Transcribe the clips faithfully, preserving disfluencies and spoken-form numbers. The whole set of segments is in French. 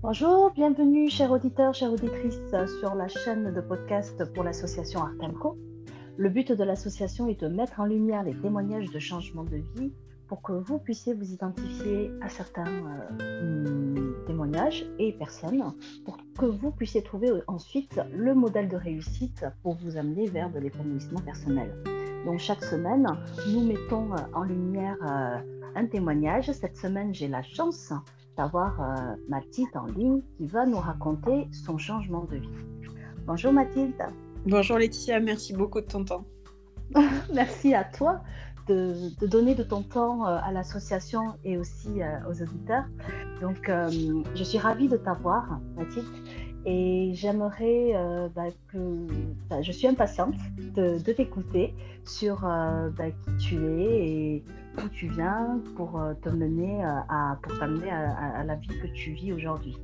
Bonjour, bienvenue chers auditeurs, chères auditrices sur la chaîne de podcast pour l'association Artemco. Le but de l'association est de mettre en lumière les témoignages de changement de vie pour que vous puissiez vous identifier à certains euh, témoignages et personnes, pour que vous puissiez trouver ensuite le modèle de réussite pour vous amener vers de l'épanouissement personnel. Donc chaque semaine, nous mettons en lumière euh, un témoignage. Cette semaine, j'ai la chance d'avoir euh, Mathilde en ligne qui va nous raconter son changement de vie. Bonjour Mathilde. Bonjour Laetitia, merci beaucoup de ton temps. Merci à toi de, de donner de ton temps euh, à l'association et aussi euh, aux auditeurs. Donc euh, je suis ravie de t'avoir Mathilde et j'aimerais euh, bah, que bah, je suis impatiente de, de t'écouter sur euh, bah, qui tu es et d'où tu viens pour euh, te mener à pour t'amener à, à, à la vie que tu vis aujourd'hui.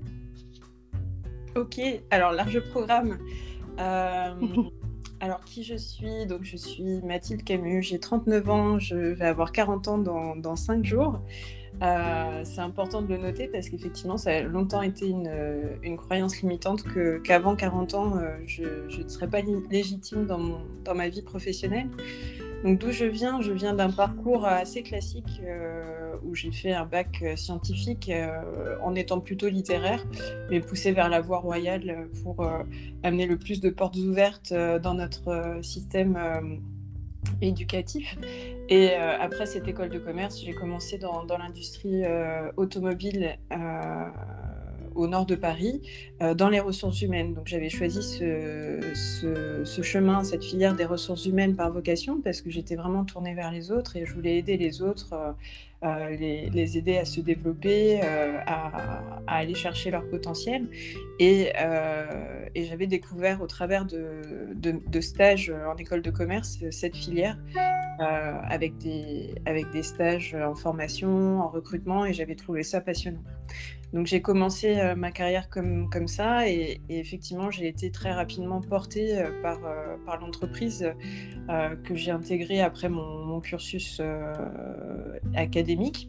Ok, alors large programme. Euh, alors qui je suis? Donc je suis Mathilde Camus, j'ai trente-neuf ans, je vais avoir quarante ans dans, dans cinq jours. Euh, c'est important de le noter parce qu'effectivement ça a longtemps été une, une croyance limitante que, qu'avant quarante ans euh, je, je ne serais pas légitime dans, mon, dans ma vie professionnelle. Donc d'où je viens, je viens d'un parcours assez classique euh, où j'ai fait un bac scientifique euh, en étant plutôt littéraire, mais poussé vers la voie royale pour euh, amener le plus de portes ouvertes euh, dans notre euh, système euh, éducatif. Et euh, après cette école de commerce, j'ai commencé dans, dans l'industrie euh, automobile euh, au nord de Paris, euh, dans les ressources humaines. Donc j'avais choisi ce, ce, ce chemin, cette filière des ressources humaines par vocation, parce que j'étais vraiment tournée vers les autres et je voulais aider les autres, euh, euh, les, les aider à se développer, euh, à, à aller chercher leur potentiel. Et, euh, et j'avais découvert au travers de, de, de stages en école de commerce cette filière. Euh, avec, des, avec des stages en formation, en recrutement, et j'avais trouvé ça passionnant. Donc j'ai commencé euh, ma carrière comme, comme ça, et, et effectivement j'ai été très rapidement portée euh, par, euh, par l'entreprise euh, que j'ai intégrée après mon, mon cursus euh, académique.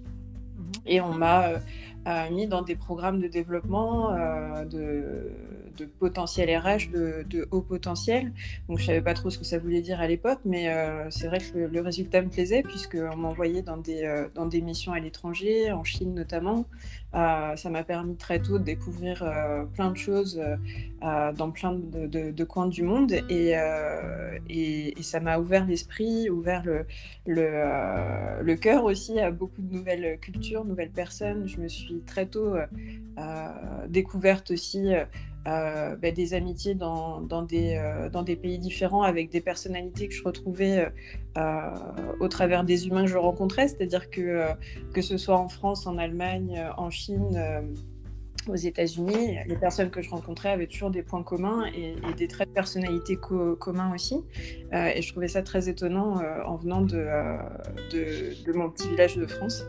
Et on m'a euh, mis dans des programmes de développement euh, de, de potentiel R H, de, de haut potentiel. Donc je ne savais pas trop ce que ça voulait dire à l'époque, mais euh, c'est vrai que le, le résultat me plaisait puisqu'on m'envoyait dans des, euh, dans des missions à l'étranger, en Chine notamment. Euh, ça m'a permis très tôt de découvrir euh, plein de choses euh, dans plein de, de, de coins du monde, et, euh, et, et ça m'a ouvert l'esprit, ouvert le, le, euh, le cœur aussi à beaucoup de nouvelles cultures, nouvelles personnes. Je me suis très tôt euh, euh, découverte aussi euh, euh, bah, des amitiés dans, dans, des, euh, dans des pays différents avec des personnalités que je retrouvais euh, au travers des humains que je rencontrais, c'est-à-dire que, euh, que ce soit en France, en Allemagne, en Chine, euh, aux États-Unis, les personnes que je rencontrais avaient toujours des points communs et, et des traits de personnalité co- communs aussi. Euh, et je trouvais ça très étonnant euh, en venant de, euh, de, de mon petit village de France.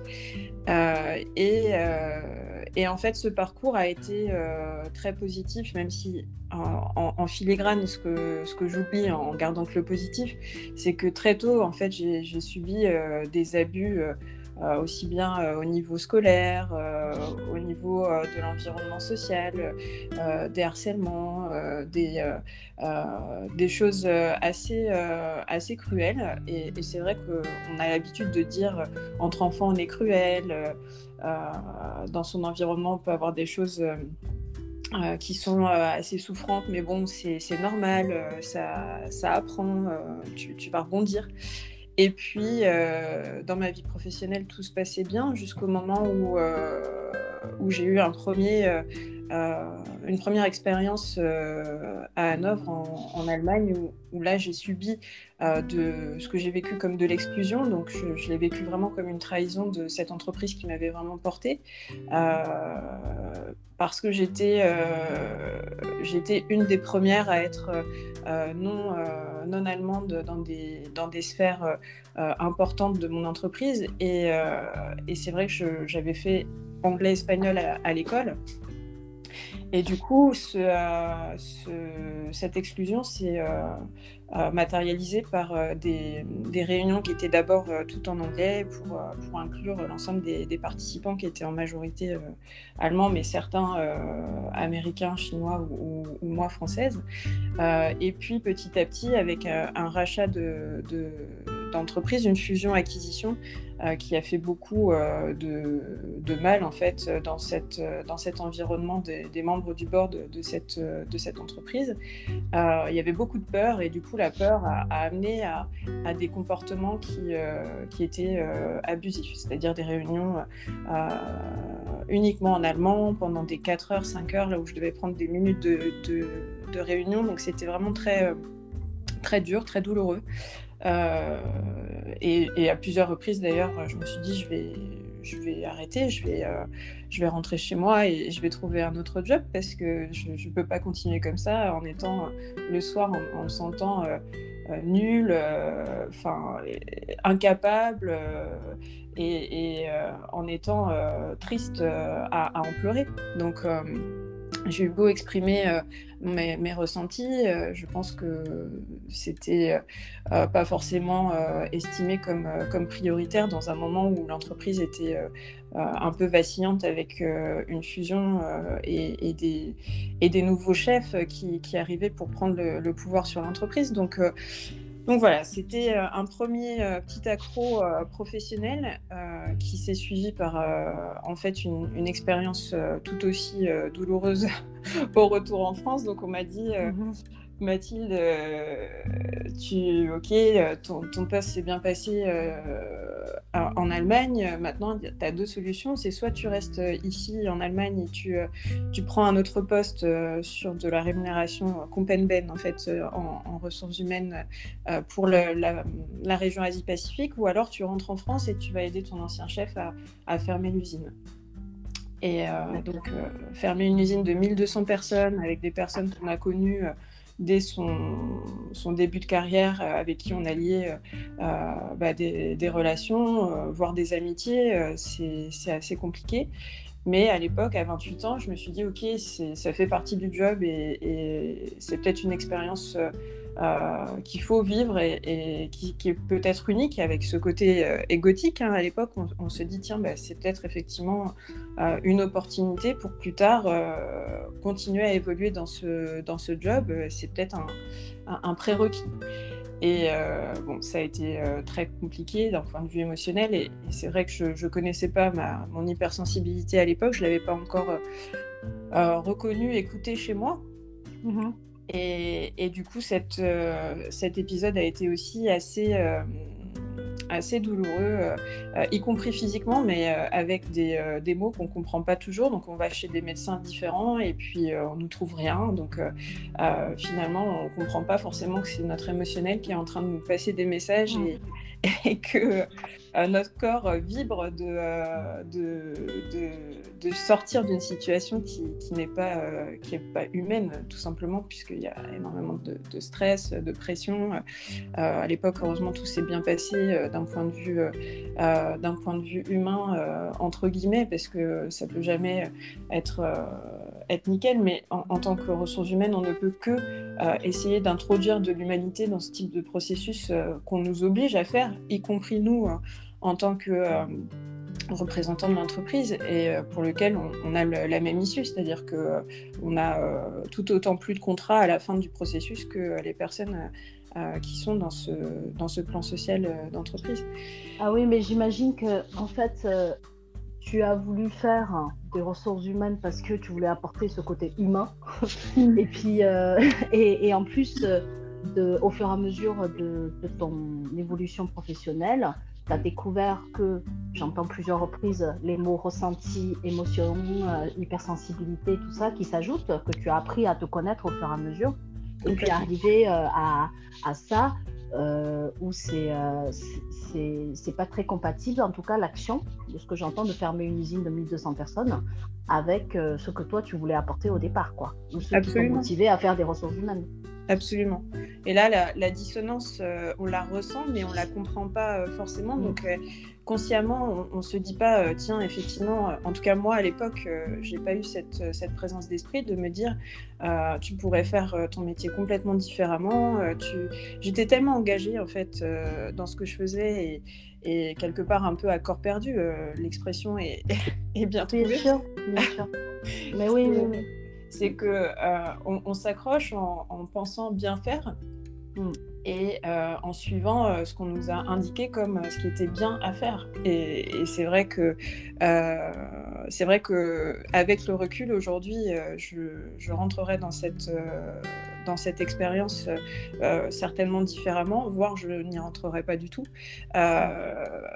Euh, et, euh, et en fait, ce parcours a été euh, très positif, même si en, en, en filigrane, ce que, ce que j'oublie en gardant que le positif, c'est que très tôt, en fait, j'ai, j'ai subi euh, des abus euh, Euh, aussi bien euh, au niveau scolaire, euh, au niveau euh, de l'environnement social, euh, des harcèlements, euh, des, euh, euh, des choses assez, euh, assez cruelles. Et, et c'est vrai qu'on a l'habitude de dire euh, entre enfants on est cruel, euh, dans son environnement on peut avoir des choses euh, Euh, qui sont euh, assez souffrantes, mais bon, c'est, c'est normal, euh, ça, ça apprend, euh, tu, tu vas rebondir. Et puis, euh, dans ma vie professionnelle, tout se passait bien jusqu'au moment où, euh, où j'ai eu un premier, euh, euh, une première expérience euh, à Hanovre, en, en Allemagne, où, où là, j'ai subi euh, de, ce que j'ai vécu comme de l'exclusion. Donc, je, je l'ai vécu vraiment comme une trahison de cette entreprise qui m'avait vraiment portée. Euh, parce que j'étais, euh, j'étais une des premières à être euh, non, euh, non allemande dans des, dans des sphères euh, importantes de mon entreprise. Et, euh, et c'est vrai que je, j'avais fait anglais-espagnol à, à l'école. Et du coup, ce, euh, ce, cette exclusion s'est euh, euh, matérialisée par euh, des, des réunions qui étaient d'abord euh, toutes en anglais pour, euh, pour inclure l'ensemble des, des participants qui étaient en majorité euh, allemands, mais certains euh, américains, chinois ou, ou, ou moi française. Euh, et puis petit à petit, avec euh, un rachat de, de, d'entreprises, une fusion-acquisition euh, qui a fait beaucoup euh, de, de mal en fait dans, cette, dans cet environnement des, des membres du board de cette, de cette entreprise. Euh, il y avait beaucoup de peur et du coup la peur a, a amené à, à des comportements qui, euh, qui étaient euh, abusifs, c'est-à-dire des réunions euh, uniquement en allemand pendant des quatre heures, cinq heures, là où je devais prendre des minutes de, de, de réunion, donc c'était vraiment très, très dur, très douloureux. Euh, et, et à plusieurs reprises d'ailleurs, je me suis dit je vais, je vais arrêter, je vais, euh, je vais rentrer chez moi et je vais trouver un autre job parce que je ne peux pas continuer comme ça en étant euh, le soir en, en me sentant euh, euh, nulle, enfin euh, incapable euh, et, et euh, en étant euh, triste euh, à, à en pleurer. Donc euh, j'ai eu beau exprimer euh, mes, mes ressentis, euh, je pense que c'était euh, pas forcément euh, estimé comme, euh, comme prioritaire dans un moment où l'entreprise était euh, euh, un peu vacillante avec euh, une fusion euh, et, et, des, et des nouveaux chefs qui, qui arrivaient pour prendre le, le pouvoir sur l'entreprise. Donc, euh, Donc voilà, c'était euh, un premier euh, petit accro euh, professionnel euh, qui s'est suivi par euh, en fait une, une expérience euh, tout aussi euh, douloureuse au retour en France. Donc on m'a dit euh, mm-hmm. Mathilde, euh, tu, ok, ton, ton poste s'est bien passé euh, en Allemagne. Maintenant, tu as deux solutions. C'est soit tu restes ici en Allemagne et tu, tu prends un autre poste euh, sur de la rémunération Compenben, en fait, en, en ressources humaines euh, pour le, la, la région Asie-Pacifique, ou alors tu rentres en France et tu vas aider ton ancien chef à, à fermer l'usine. Et euh, donc, euh, fermer une usine de mille deux cents personnes avec des personnes qu'on a connues euh, dès son, son début de carrière, euh, avec qui on a lié euh, bah, des, des relations, euh, voire des amitiés, euh, c'est, c'est assez compliqué. Mais à l'époque, à vingt-huit ans, je me suis dit, ok, c'est, ça fait partie du job et, et c'est peut-être une expérience euh, euh, qu'il faut vivre et, et qui, qui est peut-être unique avec ce côté euh, égotique. Hein. À l'époque, on, on se dit, tiens, bah, c'est peut-être effectivement euh, une opportunité pour plus tard euh, continuer à évoluer dans ce, dans ce job. C'est peut-être un, un, un prérequis. Et euh, bon, ça a été euh, très compliqué d'un point de vue émotionnel et, et c'est vrai que je ne connaissais pas ma, mon hypersensibilité à l'époque, je ne l'avais pas encore euh, euh, reconnue, écoutée chez moi. Mm-hmm. Et, et du coup, cette, euh, cet épisode a été aussi assez, euh, assez douloureux, euh, euh, y compris physiquement, mais euh, avec des, euh, des mots qu'on ne comprend pas toujours. Donc, on va chez des médecins différents et puis euh, on ne trouve rien. Donc, euh, euh, finalement, on ne comprend pas forcément que c'est notre émotionnel qui est en train de nous passer des messages et, et que euh, notre corps vibre de, euh, de, de, de sortir d'une situation qui, qui n'est pas, euh, qui est pas humaine, tout simplement, puisqu'il y a énormément de, de stress, de pression. Euh, à l'époque, heureusement, tout s'est bien passé euh, d'un point de vue, euh, d'un point de vue humain, euh, entre guillemets, parce que ça peut jamais être, euh, être nickel, mais en, en tant que ressources humaines, on ne peut que euh, essayer d'introduire de l'humanité dans ce type de processus euh, qu'on nous oblige à faire, y compris nous, euh, en tant que euh, représentants de l'entreprise, et euh, pour lequel on, on a le, la même issue, c'est-à-dire qu'on euh, a euh, tout autant plus de contrats à la fin du processus que euh, les personnes euh, qui sont dans ce, dans ce plan social euh, d'entreprise. Ah oui, mais j'imagine que en fait, euh, tu as voulu faire hein, des ressources humaines parce que tu voulais apporter ce côté humain, et puis euh, et, et en plus, euh, de, au fur et à mesure de, de ton évolution professionnelle, tu as découvert que, j'entends plusieurs reprises, les mots ressenti, émotion, euh, hypersensibilité, tout ça qui s'ajoutent, que tu as appris à te connaître au fur et à mesure. Et puis arriver euh, à, à ça, euh, où c'est, euh, c'est, c'est pas très compatible, en tout cas l'action, de ce que j'entends, de fermer une usine de mille deux cents personnes, avec euh, ce que toi tu voulais apporter au départ, quoi. Ou ceux Absolument. Qui sont motivés à faire des ressources humaines. absolument. Et là, la, la dissonance, euh, on la ressent, mais on la comprend pas euh, forcément. Donc, euh, consciemment, on, on se dit pas, euh, tiens, effectivement, euh, en tout cas moi à l'époque, euh, j'ai pas eu cette, cette présence d'esprit de me dire, euh, tu pourrais faire euh, ton métier complètement différemment. Euh, tu... J'étais tellement engagée en fait euh, dans ce que je faisais et, et quelque part un peu à corps perdu. Euh, l'expression est, est bien trouvée. Bien sûr, bien sûr. Mais oui, oui, oui. C'est que euh, on, on s'accroche en, en pensant bien faire. Mm. Et euh, en suivant euh, ce qu'on nous a indiqué comme euh, ce qui était bien à faire. Et, et c'est vrai que euh, c'est vrai que avec le recul aujourd'hui, euh, je, je rentrerai dans cette euh, dans cette expérience euh, certainement différemment, voire je n'y rentrerai pas du tout. Euh,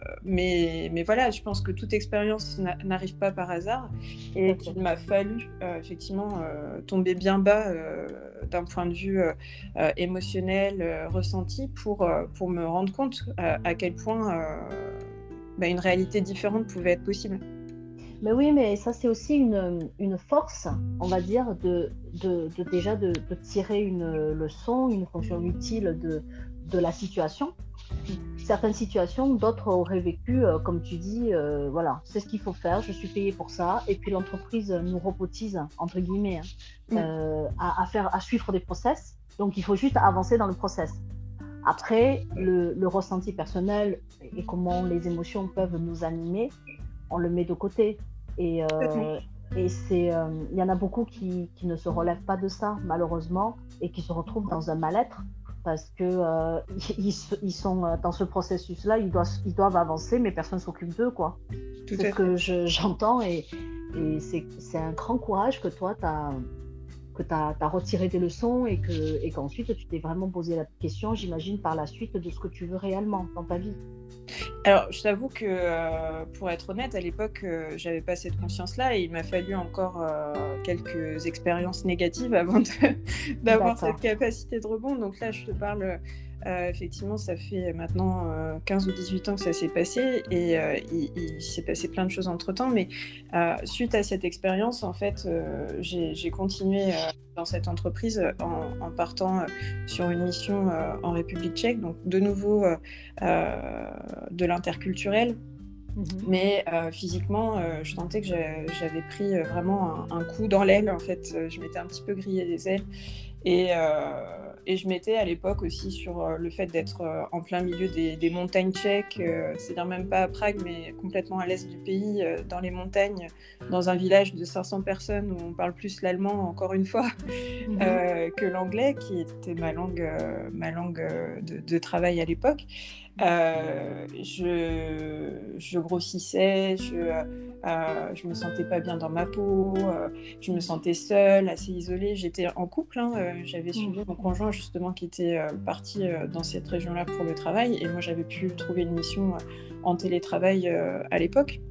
mais mais voilà, je pense que toute expérience n'a, n'arrive pas par hasard et qu'il m'a fallu euh, effectivement euh, tomber bien bas euh, d'un point de vue euh, euh, émotionnel. Euh, ressenti pour, euh, pour me rendre compte euh, à quel point euh, bah, une réalité différente pouvait être possible. Mais oui, mais ça c'est aussi une, une force, on va dire, de, de, de déjà de, de tirer une leçon, une fonction utile de, de la situation. Certaines situations, d'autres auraient vécu, euh, comme tu dis, euh, voilà, c'est ce qu'il faut faire, je suis payée pour ça, et puis l'entreprise nous robotise, entre guillemets, hein, euh, à, à, faire, à suivre des process, donc il faut juste avancer dans le process. Après, le, le ressenti personnel et comment les émotions peuvent nous animer, on le met de côté. Et, euh, et c'est, il euh, y en a beaucoup qui, qui ne se relèvent pas de ça, malheureusement, et qui se retrouvent dans un mal-être parce que euh, ils, ils sont dans ce processus-là, ils doivent, ils doivent avancer, mais personne ne s'occupe d'eux, quoi. Tout c'est ce que je, j'entends, et, et c'est, c'est un grand courage que toi, tu as que tu as retiré des leçons et, que, et qu'ensuite tu t'es vraiment posé la question, j'imagine, par la suite de ce que tu veux réellement dans ta vie. Alors, je t'avoue que, euh, pour être honnête, à l'époque, euh, j'avais pas cette conscience-là et il m'a fallu encore euh, quelques expériences négatives avant de, d'avoir D'accord. cette capacité de rebond. Donc là, je te parle... Euh, effectivement, ça fait maintenant euh, quinze ou dix-huit ans que ça s'est passé et euh, il, il s'est passé plein de choses entre-temps, mais euh, suite à cette expérience, en fait, euh, j'ai, j'ai continué euh, dans cette entreprise en, en partant euh, sur une mission euh, en République tchèque, donc de nouveau euh, euh, de l'interculturel. Mmh. Mais euh, physiquement, euh, je sentais que j'avais pris vraiment un, un coup dans l'aile. En fait, je m'étais un petit peu grillé les ailes. Et, euh, et je m'étais à l'époque aussi sur euh, le fait d'être euh, en plein milieu des, des montagnes tchèques, euh, c'est-à-dire même pas à Prague, mais complètement à l'est du pays, euh, dans les montagnes, dans un village de cinq cents personnes où on parle plus l'allemand, encore une fois, mmh. euh, que l'anglais, qui était ma langue, euh, ma langue de, de travail à l'époque. Euh, je, je grossissais, je, euh, je me sentais pas bien dans ma peau, euh, je me sentais seule, assez isolée. J'étais en couple, hein, euh, j'avais suivi mon conjoint justement qui était euh, parti euh, dans cette région-là pour le travail, et moi j'avais pu trouver une mission euh, en télétravail euh, à l'époque.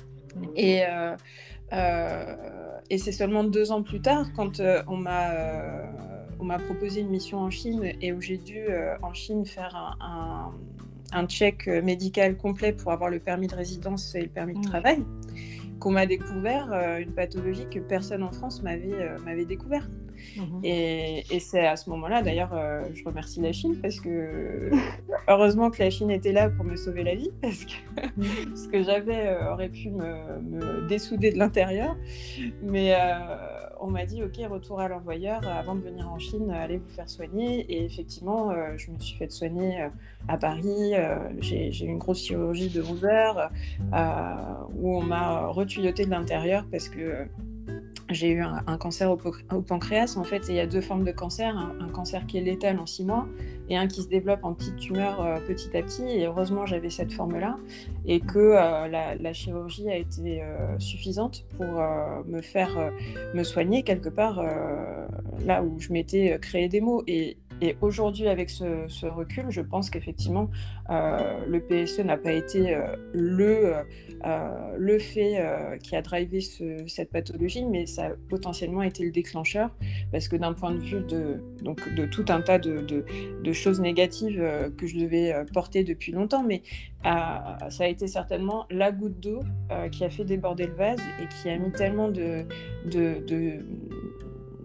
Et, euh, euh, et c'est seulement deux ans plus tard, quand euh, on m'a euh, on m'a proposé une mission en Chine et où j'ai dû euh, en Chine faire un, un un check médical complet pour avoir le permis de résidence et le permis de travail, qu'on m'a découvert euh, une pathologie que personne en France m'avait, euh, m'avait découvert. Mmh. Et, et c'est à ce moment-là, d'ailleurs, euh, je remercie la Chine parce que heureusement que la Chine était là pour me sauver la vie, parce que mmh. ce que j'avais euh, aurait pu me, me dessouder de l'intérieur. Mais euh, on m'a dit, ok, retour à l'envoyeur, avant de venir en Chine, allez vous faire soigner. Et effectivement, euh, je me suis fait soigner euh, à Paris. Euh, j'ai, j'ai eu une grosse chirurgie de onze heures euh, où on m'a retuyauté de l'intérieur parce que j'ai eu un, un cancer au, au pancréas, en fait, et il y a deux formes de cancer, un, un cancer qui est létal en six mois et un qui se développe en petites tumeurs euh, petit à petit, et heureusement j'avais cette forme-là et que euh, la, la chirurgie a été euh, suffisante pour euh, me faire euh, me soigner quelque part euh, là où je m'étais créé des maux. Et Et aujourd'hui, avec ce, ce recul, je pense qu'effectivement, euh, le P S E n'a pas été euh, le, euh, le fait euh, qui a drivé ce, cette pathologie, mais ça a potentiellement été le déclencheur, parce que d'un point de vue de, donc, de tout un tas de, de, de choses négatives euh, que je devais euh, porter depuis longtemps, mais euh, ça a été certainement la goutte d'eau euh, qui a fait déborder le vase et qui a mis tellement de... de, de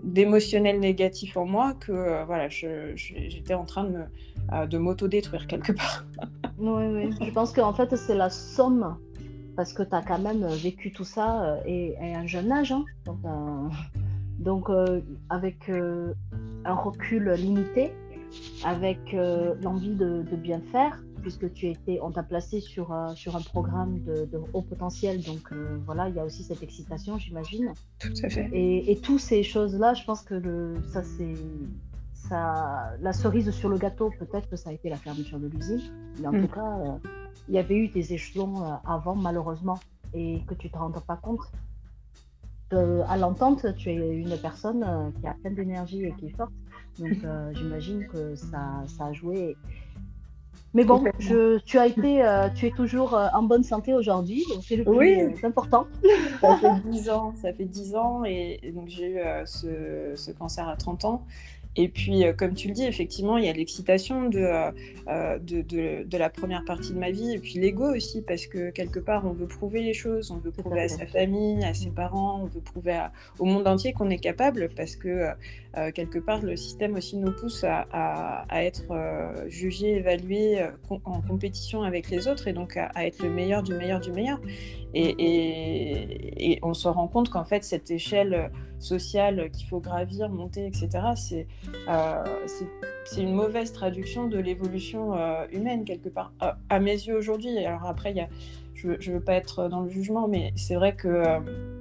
d'émotionnel négatif en moi que euh, voilà, je, je, j'étais en train de, me, euh, de m'auto-détruire quelque part. Oui, oui. Je pense qu'en fait, c'est la somme, parce que tu as quand même vécu tout ça euh, et, et à un jeune âge. Hein. Donc, euh, donc euh, avec euh, un recul limité, avec euh, l'envie de, de bien faire, puisque tu étais, on t'a placé sur, euh, sur un programme de, de haut potentiel. Donc euh, voilà, il y a aussi cette excitation, j'imagine. Tout à fait. Et, et toutes ces choses-là, je pense que le, ça, c'est. Ça, la cerise sur le gâteau, peut-être que ça a été la fermeture de l'usine, mais en Mm. tout cas, euh, il y avait eu des échelons euh, avant, malheureusement, et que tu ne te rends pas compte. Euh, à l'entente, tu es une personne euh, qui a plein d'énergie et qui est forte, donc euh, j'imagine que ça, ça a joué. Mais bon, Complètement. je, tu as été, euh, tu es toujours euh, en bonne santé aujourd'hui, donc c'est le plus Oui. euh, important. Ça fait dix ans, ça fait dix ans et, et donc j'ai eu euh, ce, ce cancer à trente ans. Et puis, euh, comme tu le dis, effectivement, il y a l'excitation de, euh, de, de, de la première partie de ma vie et puis l'ego aussi, parce que quelque part, on veut prouver les choses, on veut Tout prouver à à fait. sa famille, à ses parents, on veut prouver à- au monde entier qu'on est capable, parce que euh, quelque part, le système aussi nous pousse à, à, à être euh, jugé, évalué euh, com- en compétition avec les autres et donc à, à être le meilleur du meilleur du meilleur. Et, et, et on se rend compte qu'en fait, cette échelle sociale qu'il faut gravir, monter, et cetera, c'est, euh, c'est, c'est une mauvaise traduction de l'évolution euh, humaine, quelque part, à, à mes yeux aujourd'hui. Alors après, il y a, je ne veux pas être dans le jugement, mais c'est vrai que, euh,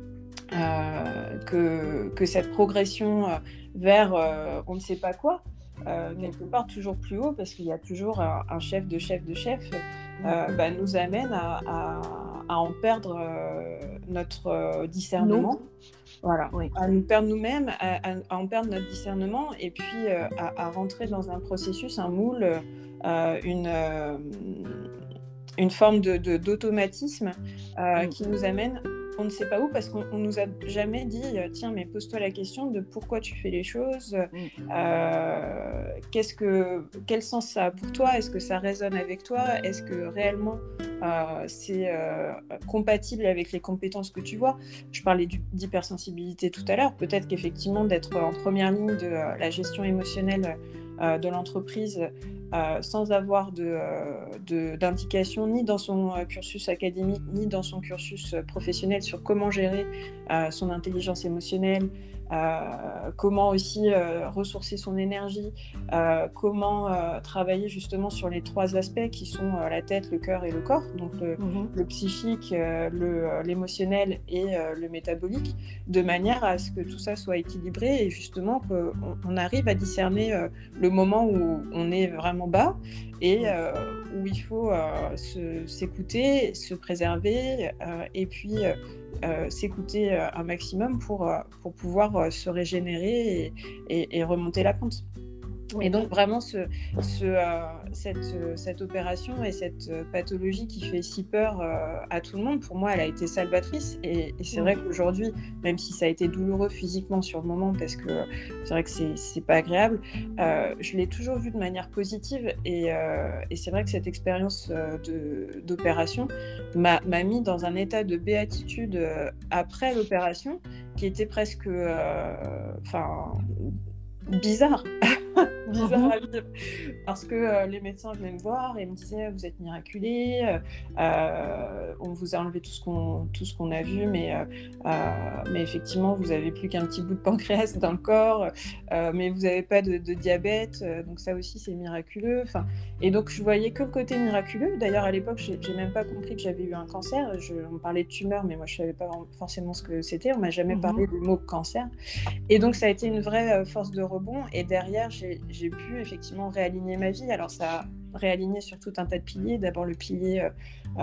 euh, que, que cette progression euh, vers euh, on ne sait pas quoi, euh, quelque part toujours plus haut, parce qu'il y a toujours un, un chef de chef de chef, euh, bah, nous amène à, à, à en perdre euh, notre euh, discernement. Nous, Voilà, oui. à nous perdre nous-mêmes, à, à, à en perdre notre discernement et puis euh, à, à rentrer dans un processus, un moule, euh, une, euh, une forme de, de, d'automatisme euh, Mm. qui nous amène on ne sait pas où, parce qu'on ne nous a jamais dit tiens, mais pose-toi la question de pourquoi tu fais les choses, Mm. euh, qu'est-ce que, quel sens ça a pour toi, est-ce que ça résonne avec toi, est-ce que réellement euh, c'est euh, compatible avec les compétences que tu vois. Je parlais du, d'hypersensibilité tout à l'heure, peut-être qu'effectivement d'être en première ligne de euh, la gestion émotionnelle euh, de l'entreprise Euh, sans avoir de, euh, de, d'indication ni dans son euh, cursus académique ni dans son cursus euh, professionnel sur comment gérer euh, son intelligence émotionnelle, euh, comment aussi euh, ressourcer son énergie, euh, comment euh, travailler justement sur les trois aspects qui sont euh, la tête, le cœur et le corps, donc le, Mm-hmm. le psychique, euh, le, l'émotionnel et euh, le métabolique, de manière à ce que tout ça soit équilibré et justement qu'on on arrive à discerner euh, le moment où on est vraiment bas et euh, où il faut euh, se, s'écouter, se préserver euh, et puis euh, euh, s'écouter euh, un maximum pour, euh, pour pouvoir euh, se régénérer et, et, et remonter la pente. Oui. Et donc vraiment ce, ce, euh, cette, cette opération et cette pathologie qui fait si peur euh, à tout le monde, pour moi elle a été salvatrice et, et c'est Mmh. vrai qu'aujourd'hui, même si ça a été douloureux physiquement sur le moment, parce que c'est vrai que c'est, c'est pas agréable, euh, je l'ai toujours vu de manière positive et, euh, et c'est vrai que cette expérience euh, de, d'opération m'a, m'a mis dans un état de béatitude euh, après l'opération qui était presque enfin euh, bizarre. bizarre à vivre parce que euh, les médecins venaient me voir et me disaient vous êtes miraculée, euh, on vous a enlevé tout ce qu'on, tout ce qu'on a vu mais, euh, euh, mais effectivement vous avez plus qu'un petit bout de pancréas dans le corps, euh, mais vous n'avez pas de, de diabète, euh, donc ça aussi c'est miraculeux. Enfin, et donc je voyais que le côté miraculeux. D'ailleurs à l'époque j'ai, j'ai même pas compris que j'avais eu un cancer. Je, on me parlait de tumeur mais moi je savais pas forcément ce que c'était, on m'a jamais Mmh. parlé du mot cancer. Et donc ça a été une vraie force de rebond et derrière j'ai, j'ai pu effectivement réaligner ma vie. Alors ça a réaligné sur tout un tas de piliers. D'abord le pilier euh,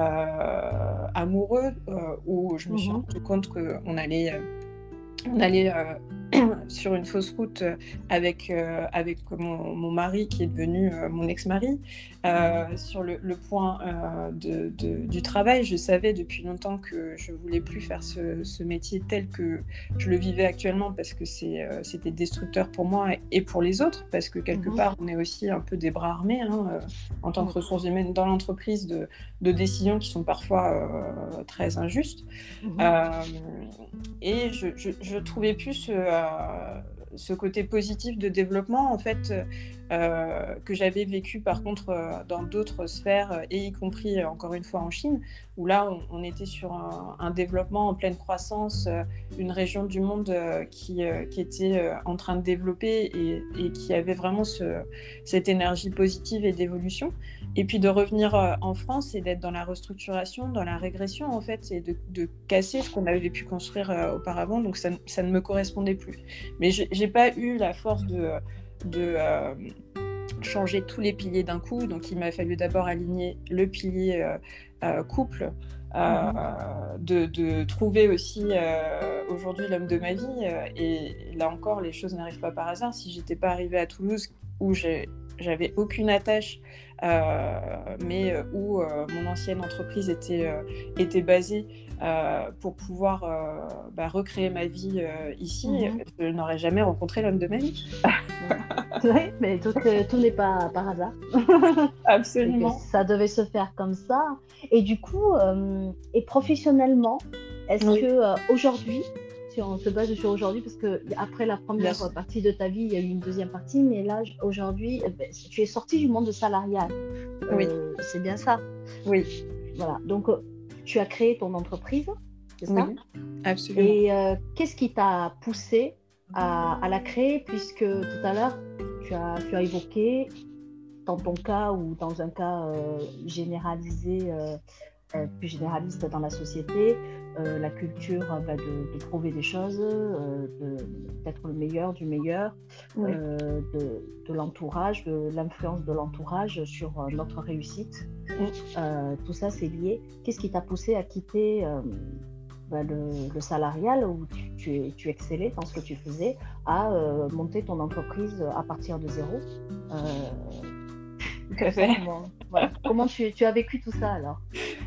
euh, amoureux euh, où je me suis Mmh. rendu compte qu'on allait, euh, on allait euh, sur une fausse route avec, euh, avec mon, mon mari qui est devenu euh, mon ex-mari. Euh, sur le, le point euh, de, de, du travail, je savais depuis longtemps que je ne voulais plus faire ce, ce métier tel que je le vivais actuellement parce que c'est, euh, c'était destructeur pour moi et pour les autres, parce que quelque Mmh. part, on est aussi un peu des bras armés hein, euh, en tant que ressources humaines dans l'entreprise de, de décisions qui sont parfois euh, très injustes. Mmh. Euh, et je ne trouvais plus ce... Euh, ce côté positif de développement, en fait, euh, que j'avais vécu par contre euh, dans d'autres sphères, et y compris euh, encore une fois en Chine, où là on, on était sur un, un développement en pleine croissance, euh, une région du monde euh, qui, euh, qui était euh, en train de développer et, et qui avait vraiment ce, cette énergie positive et d'évolution. Et puis de revenir euh, en France et d'être dans la restructuration, dans la régression en fait, et de, de casser ce qu'on avait pu construire euh, auparavant. Donc ça, ça ne me correspondait plus. Mais je n'ai pas eu la force de, de euh, changer tous les piliers d'un coup. Donc il m'a fallu d'abord aligner le pilier euh, euh, couple, euh, mmh. de, de trouver aussi euh, aujourd'hui l'homme de ma vie. Euh, et là encore, les choses n'arrivent pas par hasard. Si j'étais pas arrivée à Toulouse, où j'ai, j'avais aucune attache, euh, mais où euh, mon ancienne entreprise était, euh, était basée euh, pour pouvoir euh, bah, recréer ma vie euh, ici, mmh. je n'aurais jamais rencontré l'homme de ma vie. Oui, mais tout, euh, tout n'est pas par hasard. Absolument. Ça devait se faire comme ça. Et du coup, euh, et professionnellement, est-ce oui. que euh, aujourd'hui, si on se base sur aujourd'hui, parce que après la première yes. partie de ta vie, il y a eu une deuxième partie, mais là aujourd'hui, eh ben, tu es sortie du monde salarial. Oui. Euh, c'est bien ça. Oui. Voilà. Donc, tu as créé ton entreprise, c'est ça? Oui, absolument. Et euh, qu'est-ce qui t'a poussé à, à la créer, puisque tout à l'heure, tu as, tu as évoqué, dans ton cas ou dans un cas euh, généralisé, euh, euh, plus généraliste dans la société, euh, la culture euh, bah, de, de prouver des choses, euh, de, d'être le meilleur du meilleur, oui. euh, de, de l'entourage, de l'influence de l'entourage sur euh, notre réussite. Oui. Euh, tout ça, c'est lié. Qu'est-ce qui t'a poussé à quitter euh, bah, le, le salarial où tu, tu, tu excellais dans ce que tu faisais, à euh, monter ton entreprise à partir de zéro? euh, Comment, voilà. Comment tu, tu as vécu tout ça alors?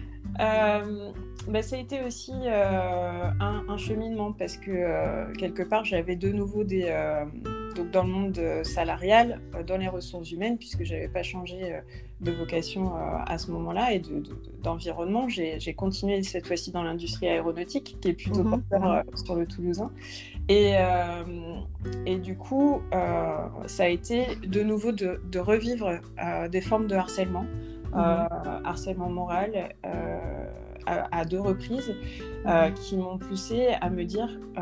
Euh, bah, ça a été aussi euh, un, un cheminement parce que euh, quelque part j'avais de nouveau des, euh, donc dans le monde salarial, euh, dans les ressources humaines, puisque j'avais pas changé euh, de vocation euh, à ce moment-là et de, de, d'environnement. J'ai, j'ai continué cette fois-ci dans l'industrie aéronautique qui est plutôt mmh, porteur euh, sur le Toulousain. Et, euh, et du coup, euh, ça a été de nouveau de, de revivre euh, des formes de harcèlement. Euh, harcèlement moral euh, à, à deux reprises euh, qui m'ont poussée à me dire euh,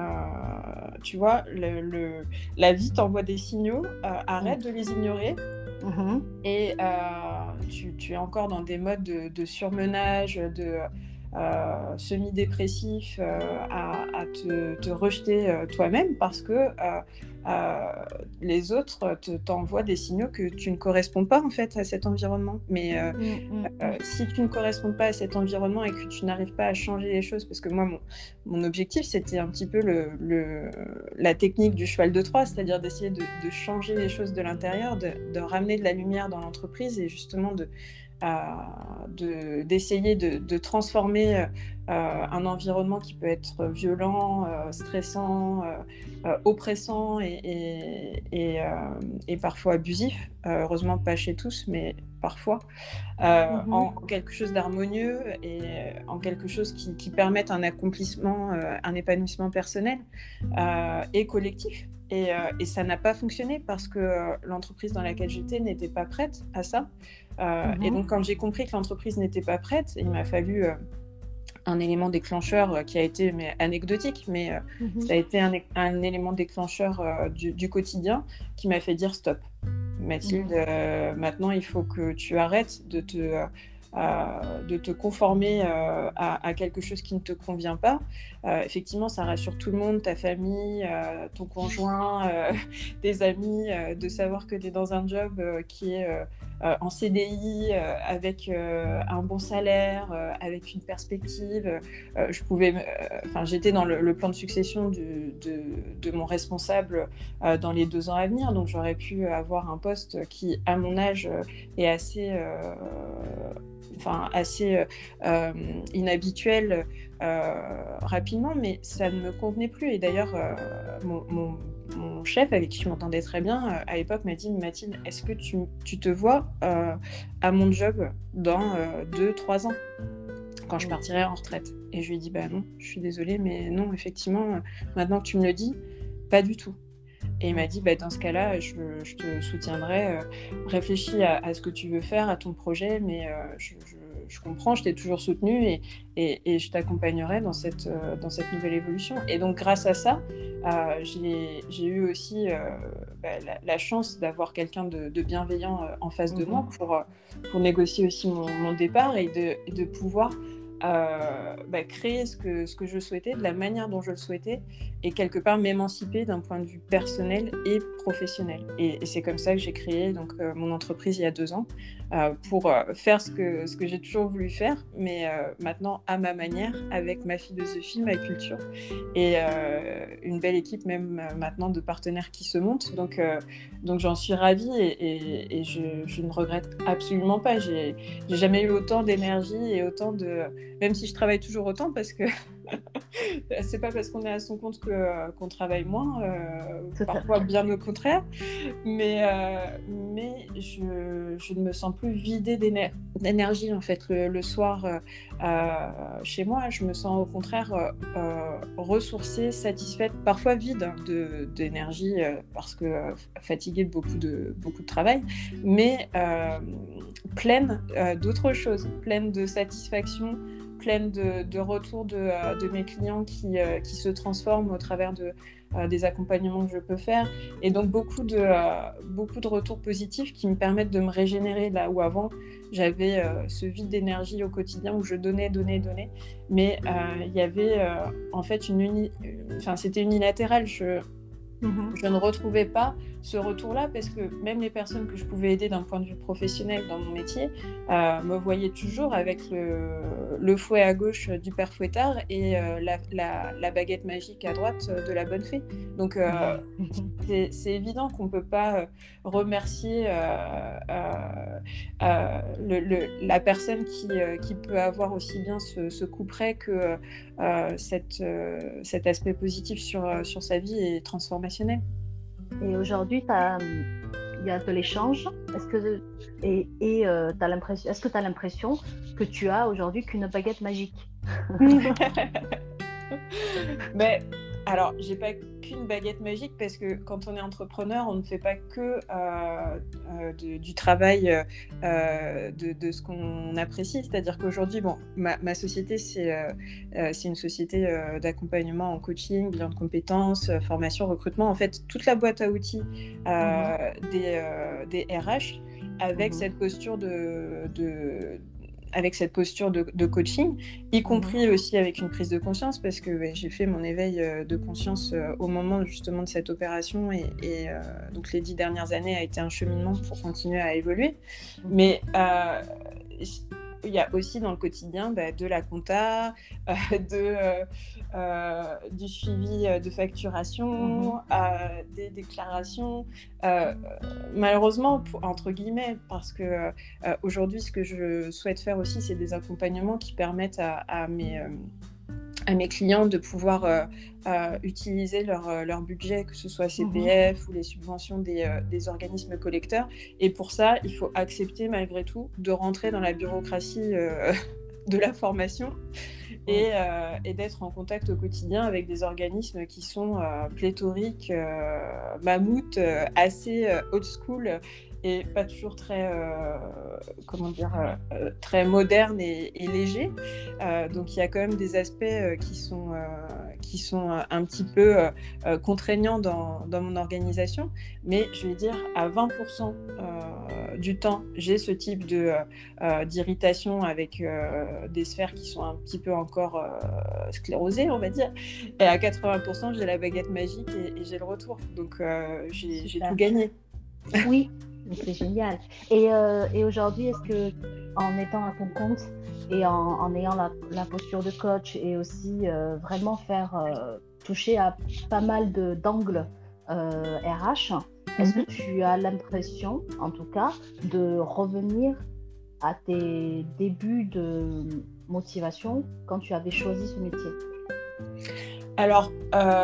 tu vois, le, le, la vie t'envoie des signaux, euh, arrête de les ignorer. Mmh. Et euh, tu, tu es encore dans des modes de, de surmenage, de euh, semi-dépressif, euh, à, à te, te rejeter euh, toi-même parce que euh, Euh, les autres te, t'envoient des signaux que tu ne corresponds pas en fait à cet environnement. Mais euh, mmh, euh, si tu ne corresponds pas à cet environnement et que tu n'arrives pas à changer les choses, parce que moi mon, mon objectif c'était un petit peu le, le, la technique du cheval de Troie, c'est-à-dire d'essayer de, de changer les choses de l'intérieur, de, de ramener de la lumière dans l'entreprise et justement de Euh, de, d'essayer de, de transformer euh, un environnement qui peut être violent, euh, stressant, euh, euh, oppressant et, et, et, euh, et parfois abusif, euh, heureusement pas chez tous, mais parfois, euh, mm-hmm. en, en quelque chose d'harmonieux et en quelque chose qui, qui permette un accomplissement, euh, un épanouissement personnel euh, et collectif. Et, euh, et ça n'a pas fonctionné parce que euh, l'entreprise dans laquelle j'étais n'était pas prête à ça. Euh, mmh. Et donc, quand j'ai compris que l'entreprise n'était pas prête, il m'a fallu euh, un élément déclencheur euh, qui a été mais, anecdotique, mais euh, mmh. ça a été un, un élément déclencheur euh, du, du quotidien qui m'a fait dire stop. Mathilde, mmh. euh, maintenant, il faut que tu arrêtes de te... Euh, Euh, de te conformer euh, à, à quelque chose qui ne te convient pas. Euh, effectivement, ça rassure tout le monde, ta famille, euh, ton conjoint, euh, tes amis, euh, de savoir que tu es dans un job euh, qui est euh, euh, en C D I, euh, avec euh, un bon salaire, euh, avec une perspective. Euh, je pouvais, enfin, euh, j'étais dans le, le plan de succession du, de, de mon responsable euh, dans les deux ans à venir, donc j'aurais pu avoir un poste qui, à mon âge, est assez... Euh, enfin assez euh, inhabituel euh, rapidement, mais ça ne me convenait plus. Et d'ailleurs, euh, mon, mon, mon chef, avec qui je m'entendais très bien, euh, à l'époque m'a dit « Mathilde, est-ce que tu, tu te vois euh, à mon job dans euh, deux, trois ans, quand je partirai en retraite ?» Et je lui ai dit « Bah non, je suis désolée, mais non, effectivement, maintenant que tu me le dis, pas du tout. » Et il m'a dit, bah, dans ce cas-là, je, je te soutiendrai. Euh, réfléchis à, à ce que tu veux faire, à ton projet, mais euh, je, je, je comprends, je t'ai toujours soutenu et, et, et je t'accompagnerai dans cette, euh, dans cette nouvelle évolution. Et donc, grâce à ça, euh, j'ai, j'ai eu aussi euh, bah, la, la chance d'avoir quelqu'un de, de bienveillant euh, en face de Mhm. moi pour, euh, pour négocier aussi mon, mon départ et de, et de pouvoir Euh, bah, créer ce que, ce que je souhaitais, de la manière dont je le souhaitais, et quelque part m'émanciper d'un point de vue personnel et professionnel. Et, et c'est comme ça que j'ai créé donc, euh, mon entreprise il y a deux ans, euh, pour euh, faire ce que, ce que j'ai toujours voulu faire, mais euh, maintenant à ma manière, avec ma philosophie, ma culture, et euh, une belle équipe même euh, maintenant de partenaires qui se montent. Donc, euh, donc j'en suis ravie et, et, et je, je ne regrette absolument pas. J'ai, j'ai jamais eu autant d'énergie et autant de... Même si je travaille toujours autant, parce que c'est pas parce qu'on est à son compte que, euh, qu'on travaille moins, euh, parfois bien au contraire, mais, euh, mais je, je ne me sens plus vidée d'éner- d'énergie en fait le, le soir euh, euh, chez moi. Je me sens au contraire euh, euh, ressourcée, satisfaite, parfois vide hein, de, d'énergie euh, parce que euh, fatiguée de beaucoup de, beaucoup de travail, mais euh, pleine euh, d'autres choses, pleine de satisfaction, pleine de, de retours de, euh, de mes clients qui, euh, qui se transforment au travers de, euh, des accompagnements que je peux faire. Et donc beaucoup de, euh, beaucoup de retours positifs qui me permettent de me régénérer là où avant j'avais euh, ce vide d'énergie au quotidien où je donnais, donnais, donnais. Mais euh, il y avait euh, en fait une uni... enfin, c'était unilatéral. Je... Mmh. Je ne retrouvais pas ce retour-là parce que même les personnes que je pouvais aider d'un point de vue professionnel dans mon métier euh, me voyaient toujours avec le, le fouet à gauche du père Fouettard et euh, la, la, la baguette magique à droite de la bonne fée. Donc euh, c'est, c'est évident qu'on ne peut pas remercier euh, euh, euh, le, le, la personne qui, euh, qui peut avoir aussi bien ce, ce coup près que euh, cette, euh, cet aspect positif sur, sur sa vie et transformationnel. Et aujourd'hui, il y a de l'échange. Est-ce que, et et euh, t'as l'impression, est-ce que tu as l'impression que tu as aujourd'hui qu'une baguette magique? Mais alors, j'ai pas qu'une baguette magique parce que quand on est entrepreneur, on ne fait pas que euh, euh, de, du travail euh, de, de ce qu'on apprécie. C'est-à-dire qu'aujourd'hui, bon, ma, ma société, c'est, euh, c'est une société euh, d'accompagnement en coaching, bilan de compétences, euh, formation, recrutement. En fait, toute la boîte à outils euh, mm-hmm. des, euh, des R H avec mm-hmm. cette posture de... de avec cette posture de, de coaching, y compris mmh. aussi avec une prise de conscience, parce que ouais, j'ai fait mon éveil de conscience euh, au moment justement de cette opération, et, et euh, donc les dix dernières années a été un cheminement pour continuer à évoluer. Mmh. Mais euh, il y a aussi dans le quotidien bah, de la compta, euh, de, euh, euh, du suivi de facturation, mmh. euh, des déclarations. Euh, malheureusement, pour, entre guillemets, parce que euh, aujourd'hui, ce que je souhaite faire aussi, c'est des accompagnements qui permettent à, à mes... Euh, à mes clients de pouvoir euh, euh, utiliser leur, euh, leur budget, que ce soit C P F mmh. ou les subventions des, euh, des organismes collecteurs. Et pour ça, il faut accepter malgré tout de rentrer dans la bureaucratie euh, de la formation et, euh, et d'être en contact au quotidien avec des organismes qui sont euh, pléthoriques, euh, mammouths, euh, assez euh, old school et pas toujours très, euh, comment dire, euh, très moderne et, et léger. Euh, donc il y a quand même des aspects euh, qui sont, euh, qui sont euh, un petit peu euh, contraignants dans, dans mon organisation. Mais je vais dire, à vingt pour cent euh, du temps, j'ai ce type de, euh, d'irritation avec euh, des sphères qui sont un petit peu encore euh, sclérosées, on va dire. Et à quatre-vingts pour cent, j'ai la baguette magique et, et j'ai le retour. Donc euh, j'ai, j'ai tout gagné. Oui. C'est génial. Et, euh, et aujourd'hui, est-ce que en étant à ton compte et en, en ayant la, la posture de coach et aussi euh, vraiment faire euh, toucher à pas mal de, d'angles euh, R H, est-ce mm-hmm. que tu as l'impression, en tout cas, de revenir à tes débuts de motivation quand tu avais choisi ce métier? Alors,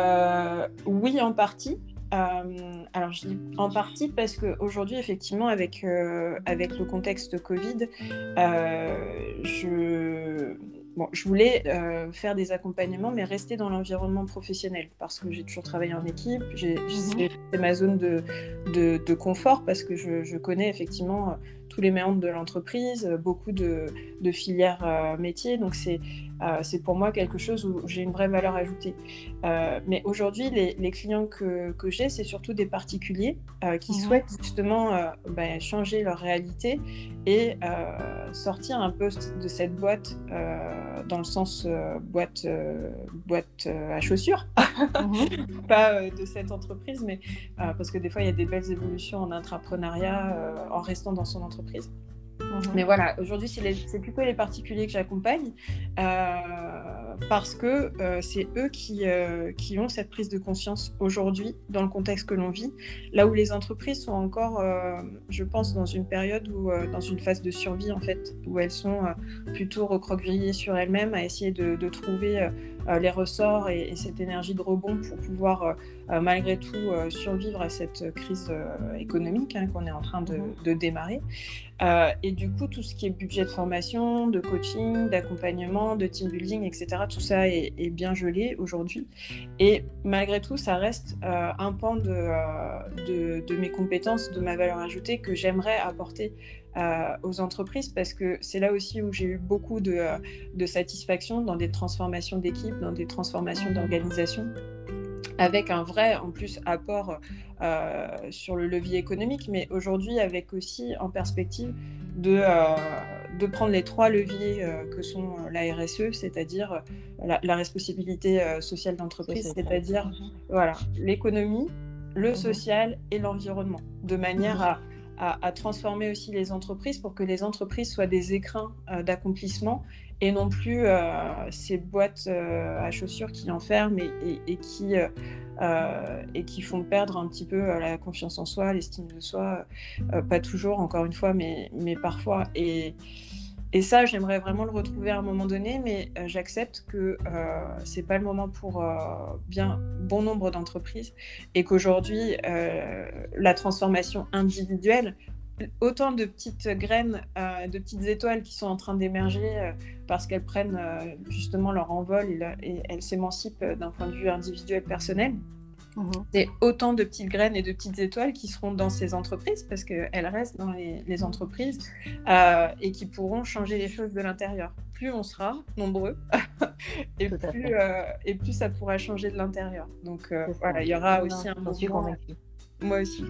euh, oui, en partie. Euh, alors je dis en partie parce qu'aujourd'hui effectivement avec, euh, avec le contexte Covid, euh, je... bon, je voulais euh, faire des accompagnements, mais rester dans l'environnement professionnel parce que j'ai toujours travaillé en équipe. J'ai, Mhm. c'est ma zone de, de, de confort parce que je, je connais effectivement euh, tous les méandres de l'entreprise, euh, beaucoup de, de filières euh, métiers. Donc, c'est, euh, c'est pour moi quelque chose où j'ai une vraie valeur ajoutée. Euh, mais aujourd'hui, les, les clients que, que j'ai, c'est surtout des particuliers euh, qui Mhm. souhaitent justement euh, bah, changer leur réalité et euh, sortir un peu de cette boîte, euh, dans le sens euh, boîte, euh, boîte euh, à chaussures, Mhm. pas euh, de cette entreprise, mais euh, parce que des fois, il y a des belles évolutions en intrapreneuriat euh, en restant dans son entreprise. Mhm. Mais voilà, aujourd'hui, c'est, les, c'est plutôt les particuliers que j'accompagne euh, parce que euh, c'est eux qui, euh, qui ont cette prise de conscience aujourd'hui dans le contexte que l'on vit, là où les entreprises sont encore, euh, je pense, dans une période où, euh, dans une phase de survie en fait, où elles sont euh, plutôt recroquevillées sur elles-mêmes à essayer de, de trouver euh, les ressorts et, et cette énergie de rebond pour pouvoir euh, euh, malgré tout euh, survivre à cette crise euh, économique hein, qu'on est en train de, Mhm. de démarrer. Euh, et du coup, tout ce qui est budget de formation, de coaching, d'accompagnement, de team building, et cetera, tout ça est, est bien gelé aujourd'hui. Et malgré tout, ça reste euh, un pan de, euh, de, de mes compétences, de ma valeur ajoutée que j'aimerais apporter euh, aux entreprises parce que c'est là aussi où j'ai eu beaucoup de, euh, de satisfaction dans des transformations d'équipe, dans des transformations d'organisation, avec un vrai, en plus, apport euh, sur le levier économique, mais aujourd'hui avec aussi en perspective de, euh, de prendre les trois leviers euh, que sont la R S E, c'est-à-dire la, la responsabilité euh, sociale d'entreprise, Sociétal. c'est-à-dire Mhm. voilà, l'économie, le Mhm. social et l'environnement, de manière Mhm. à, à, à transformer aussi les entreprises pour que les entreprises soient des écrins euh, d'accomplissement et non plus euh, ces boîtes euh, à chaussures qui enferment et, et, et qui... Euh, Euh, et qui font perdre un petit peu euh, la confiance en soi, l'estime de soi, euh, pas toujours, encore une fois, mais, mais parfois. Et, et ça, j'aimerais vraiment le retrouver à un moment donné, mais euh, j'accepte que euh, c'est pas le moment pour euh, bien bon nombre d'entreprises et qu'aujourd'hui, euh, la transformation individuelle, autant de petites graines, euh, de petites étoiles qui sont en train d'émerger euh, parce qu'elles prennent euh, justement leur envol et, et elles s'émancipent d'un point de vue individuel personnel. Mhm. C'est autant de petites graines et de petites étoiles qui seront dans ces entreprises parce qu'elles restent dans les, les entreprises euh, et qui pourront changer les choses de l'intérieur. Plus on sera nombreux et, Tout à plus, fait. euh, et plus ça pourra changer de l'intérieur. Donc euh, C'est voilà, ça. il y aura Non, aussi non, un j'en suis mouvement. convaincue. Moi aussi.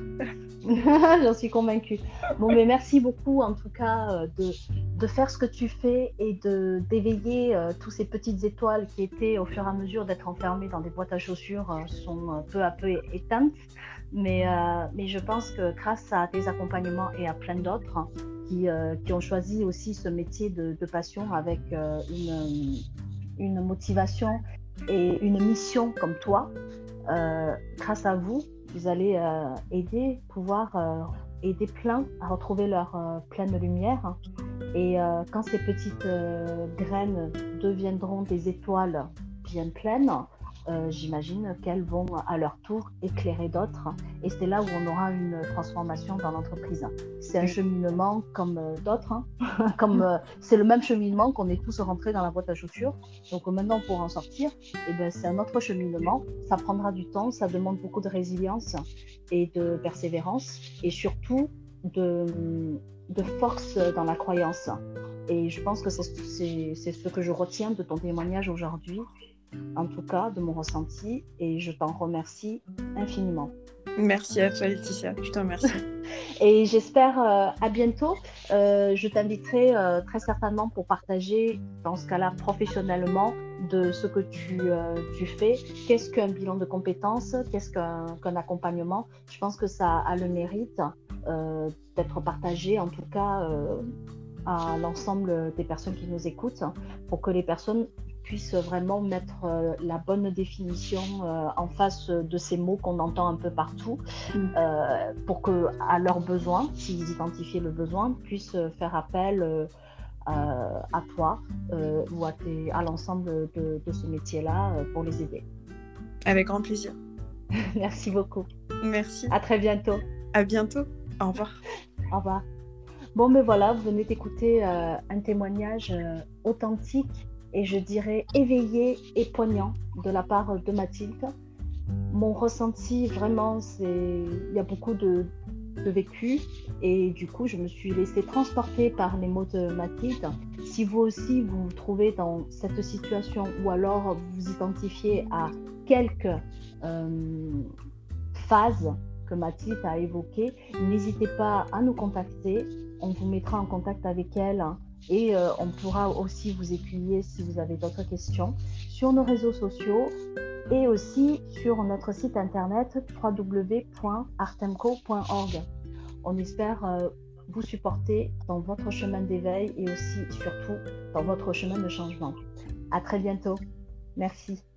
J'en suis convaincue. Bon, mais merci beaucoup en tout cas euh, de, de faire ce que tu fais et de d'éveiller euh, toutes ces petites étoiles qui étaient au fur et à mesure d'être enfermées dans des boîtes à chaussures euh, sont euh, peu à peu é- éteintes. Mais, euh, mais je pense que grâce à tes accompagnements et à plein d'autres hein, qui, euh, qui ont choisi aussi ce métier de, de passion avec euh, une, une motivation et une mission comme toi, euh, grâce à vous, vous allez euh, aider, pouvoir euh, aider plein à retrouver leur euh, pleine lumière. Hein. Et euh, quand ces petites euh, graines deviendront des étoiles bien pleines, euh, j'imagine qu'elles vont à leur tour éclairer d'autres. Et c'est là où on aura une transformation dans l'entreprise. C'est un cheminement comme euh, d'autres. Hein. comme, euh, c'est le même cheminement qu'on est tous rentrés dans la boîte à chaussures. Donc euh, maintenant, pour en sortir, eh ben, c'est un autre cheminement. Ça prendra du temps, ça demande beaucoup de résilience et de persévérance. Et surtout, de de force dans la croyance. Et je pense que c'est, c'est, c'est ce que je retiens de ton témoignage aujourd'hui, en tout cas de mon ressenti, et je t'en remercie infiniment. Merci à toi Laetitia, je te remercie. Et j'espère euh, à bientôt. Euh, je t'inviterai euh, très certainement pour partager, dans ce cas-là, professionnellement, de ce que tu, euh, tu fais. Qu'est-ce qu'un bilan de compétences? Qu'est-ce qu'un, qu'un accompagnement? Je pense que ça a le mérite euh, d'être partagé, en tout cas, euh, à l'ensemble des personnes qui nous écoutent, pour que les personnes puissent vraiment mettre euh, la bonne définition euh, en face de ces mots qu'on entend un peu partout, euh, pour que, à leurs besoins, s'ils identifient le besoin, puissent faire appel euh, à toi euh, ou à, tes, à l'ensemble de, de ce métier-là euh, pour les aider. Avec grand plaisir. Merci beaucoup. Merci. À très bientôt. À bientôt. Au revoir. Au revoir. Bon, mais voilà, vous venez d'écouter euh, un témoignage euh, authentique et je dirais éveillé et poignant de la part de Mathilde. Mon ressenti, vraiment, c'est il y a beaucoup de, de vécu et du coup, je me suis laissée transporter par les mots de Mathilde. Si vous aussi vous vous trouvez dans cette situation ou alors vous vous identifiez à quelques euh, phases que Mathilde a évoquées, n'hésitez pas à nous contacter. On vous mettra en contact avec elle et euh, on pourra aussi vous aiguiller si vous avez d'autres questions sur nos réseaux sociaux et aussi sur notre site internet w w w point artemco point org. On espère euh, vous supporter dans votre chemin d'éveil et aussi surtout dans votre chemin de changement. À très bientôt. Merci.